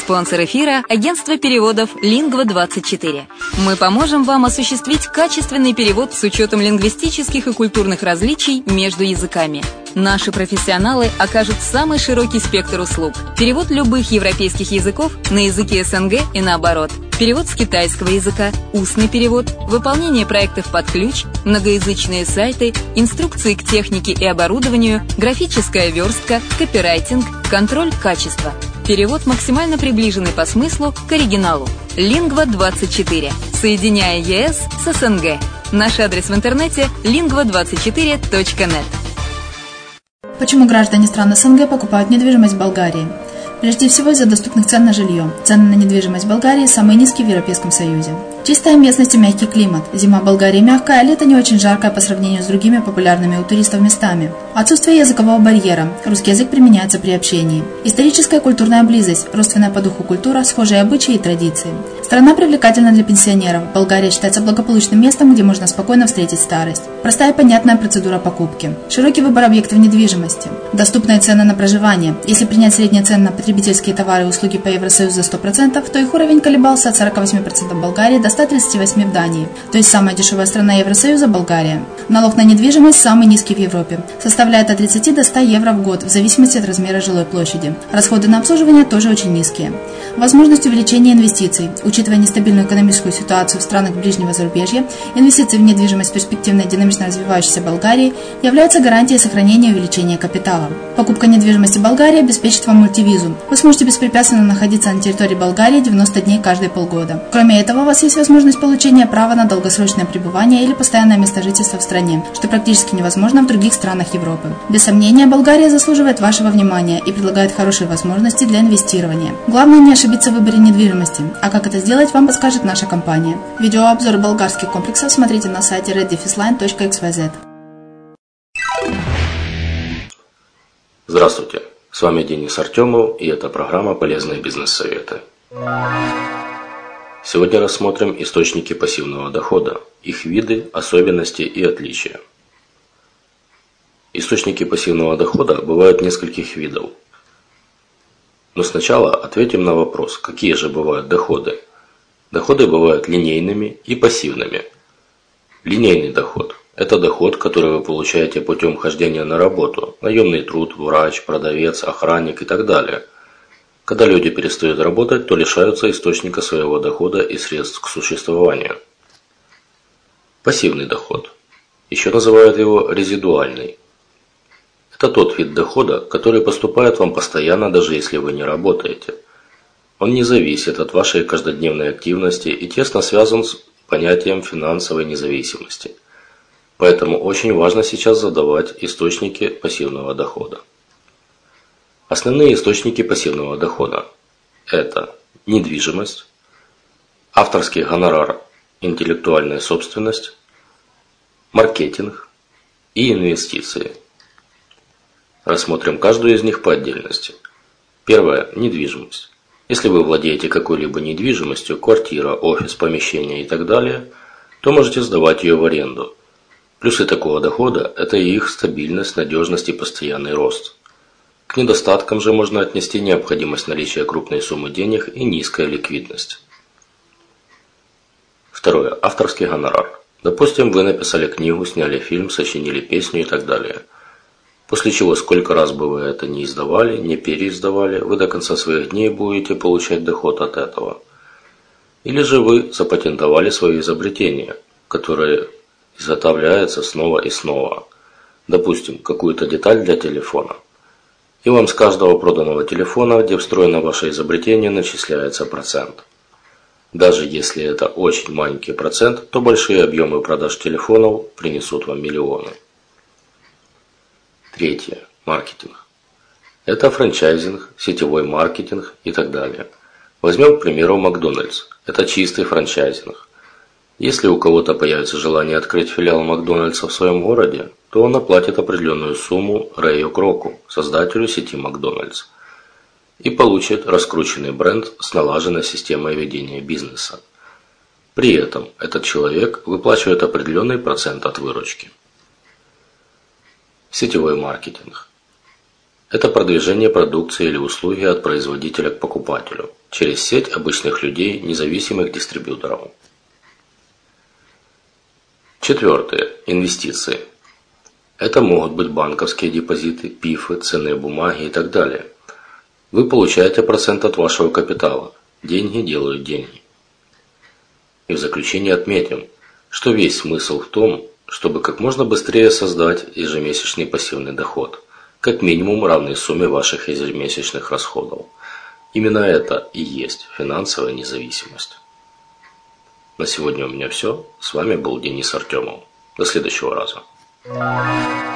Спонсор эфира – агентство переводов Lingva24. Мы поможем вам осуществить качественный перевод с учетом лингвистических и культурных различий между языками. Наши профессионалы окажут самый широкий спектр услуг. Перевод любых европейских языков на языки СНГ и наоборот. Перевод с китайского языка, устный перевод, выполнение проектов под ключ, многоязычные сайты, инструкции к технике и оборудованию, графическая верстка, копирайтинг, контроль качества. Перевод максимально приближенный по смыслу к оригиналу. Lingva24. Соединяя ЕС с СНГ. Наш адрес в интернете lingva24.net. Почему граждане стран СНГ покупают недвижимость в Болгарии? Прежде всего из-за доступных цен на жилье. Цены на недвижимость в Болгарии самые низкие в Европейском Союзе. Чистая местность и мягкий климат. Зима в Болгарии мягкая, а лето не очень жаркое по сравнению с другими популярными у туристов местами. Отсутствие языкового барьера. Русский язык применяется при общении. Историческая и культурная близость. Родственная по духу культура, схожие обычаи и традиции. Страна привлекательна для пенсионеров. Болгария считается благополучным местом, где можно спокойно встретить старость. Простая и понятная процедура покупки. Широкий выбор объектов недвижимости. Доступные цены на проживание. Если принять средние цены на потребительские товары и услуги по Евросоюзу за 100%, то их уровень колебался от 48% в Болгарии до 138% в Дании. То есть самая дешевая страна Евросоюза – Болгария. Налог на недвижимость самый низкий в Европе. Составляет от 30 до 100 евро в год, в зависимости от размера жилой площади. Расходы на обслуживание тоже очень низкие. Возможность увеличения инвестиций. Учитывая нестабильную экономическую ситуацию в странах ближнего зарубежья, инвестиции в недвижимость в перспективной динамично развивающейся Болгарии являются гарантией сохранения и увеличения капитала. Покупка недвижимости в Болгарии обеспечит вам мультивизу. Вы сможете беспрепятственно находиться на территории Болгарии 90 дней каждые полгода. Кроме этого, у вас есть возможность получения права на долгосрочное пребывание или постоянное место жительства в стране, что практически невозможно в других странах Европы. Без сомнения, Болгария заслуживает вашего внимания и предлагает хорошие возможности для инвестирования. Главное не ошибиться в выборе недвижимости, а как это сделать, вам подскажет наша компания. Видеообзор болгарских комплексов смотрите на сайте reddefisline.xyz. Здравствуйте, с вами Денис Артемов, и это программа «Полезные бизнес-советы». Сегодня рассмотрим источники пассивного дохода, их виды, особенности и отличия. Источники пассивного дохода бывают нескольких видов. Но сначала ответим на вопрос, какие же бывают доходы. Доходы бывают линейными и пассивными. Линейный доход – это доход, который вы получаете путем хождения на работу, наемный труд, врач, продавец, охранник и так далее. Когда люди перестают работать, то лишаются источника своего дохода и средств к существованию. Пассивный доход. Еще называют его резидуальный. Это тот вид дохода, который поступает вам постоянно, даже если вы не работаете. Он не зависит от вашей каждодневной активности и тесно связан с понятием финансовой независимости. Поэтому очень важно сейчас задавать источники пассивного дохода. Основные источники пассивного дохода – это недвижимость, авторский гонорар, интеллектуальная собственность, маркетинг и инвестиции. Рассмотрим каждую из них по отдельности. Первое – недвижимость. Если вы владеете какой-либо недвижимостью, квартира, офис, помещение и так далее, то можете сдавать ее в аренду. Плюсы такого дохода – это их стабильность, надежность и постоянный рост. К недостаткам же можно отнести необходимость наличия крупной суммы денег и низкая ликвидность. Второе – авторский гонорар. Допустим, вы написали книгу, сняли фильм, сочинили песню и так далее. После чего, сколько раз бы вы это не издавали, не переиздавали, вы до конца своих дней будете получать доход от этого. Или же вы запатентовали свое изобретение, которое изготовляется снова и снова. Допустим, какую-то деталь для телефона. И вам с каждого проданного телефона, где встроено ваше изобретение, начисляется процент. Даже если это очень маленький процент, то большие объемы продаж телефонов принесут вам миллионы. Третье. Маркетинг. Это франчайзинг, сетевой маркетинг и так далее. Возьмем, к примеру, Макдональдс. Это чистый франчайзинг. Если у кого-то появится желание открыть филиал Макдональдса в своем городе, то он оплатит определенную сумму Рэю Кроку, создателю сети Макдональдс, и получит раскрученный бренд с налаженной системой ведения бизнеса. При этом этот человек выплачивает определенный процент от выручки. Сетевой маркетинг. Это продвижение продукции или услуги от производителя к покупателю через сеть обычных людей, независимых дистрибьюторов. Четвертое. Инвестиции. Это могут быть банковские депозиты, ПИФы, ценные бумаги и так далее. Вы получаете процент от вашего капитала. Деньги делают деньги. И в заключение отметим, что весь смысл в том, чтобы как можно быстрее создать ежемесячный пассивный доход, как минимум равный сумме ваших ежемесячных расходов. Именно это и есть финансовая независимость. На сегодня у меня все. С вами был Денис Артемов. До следующего раза.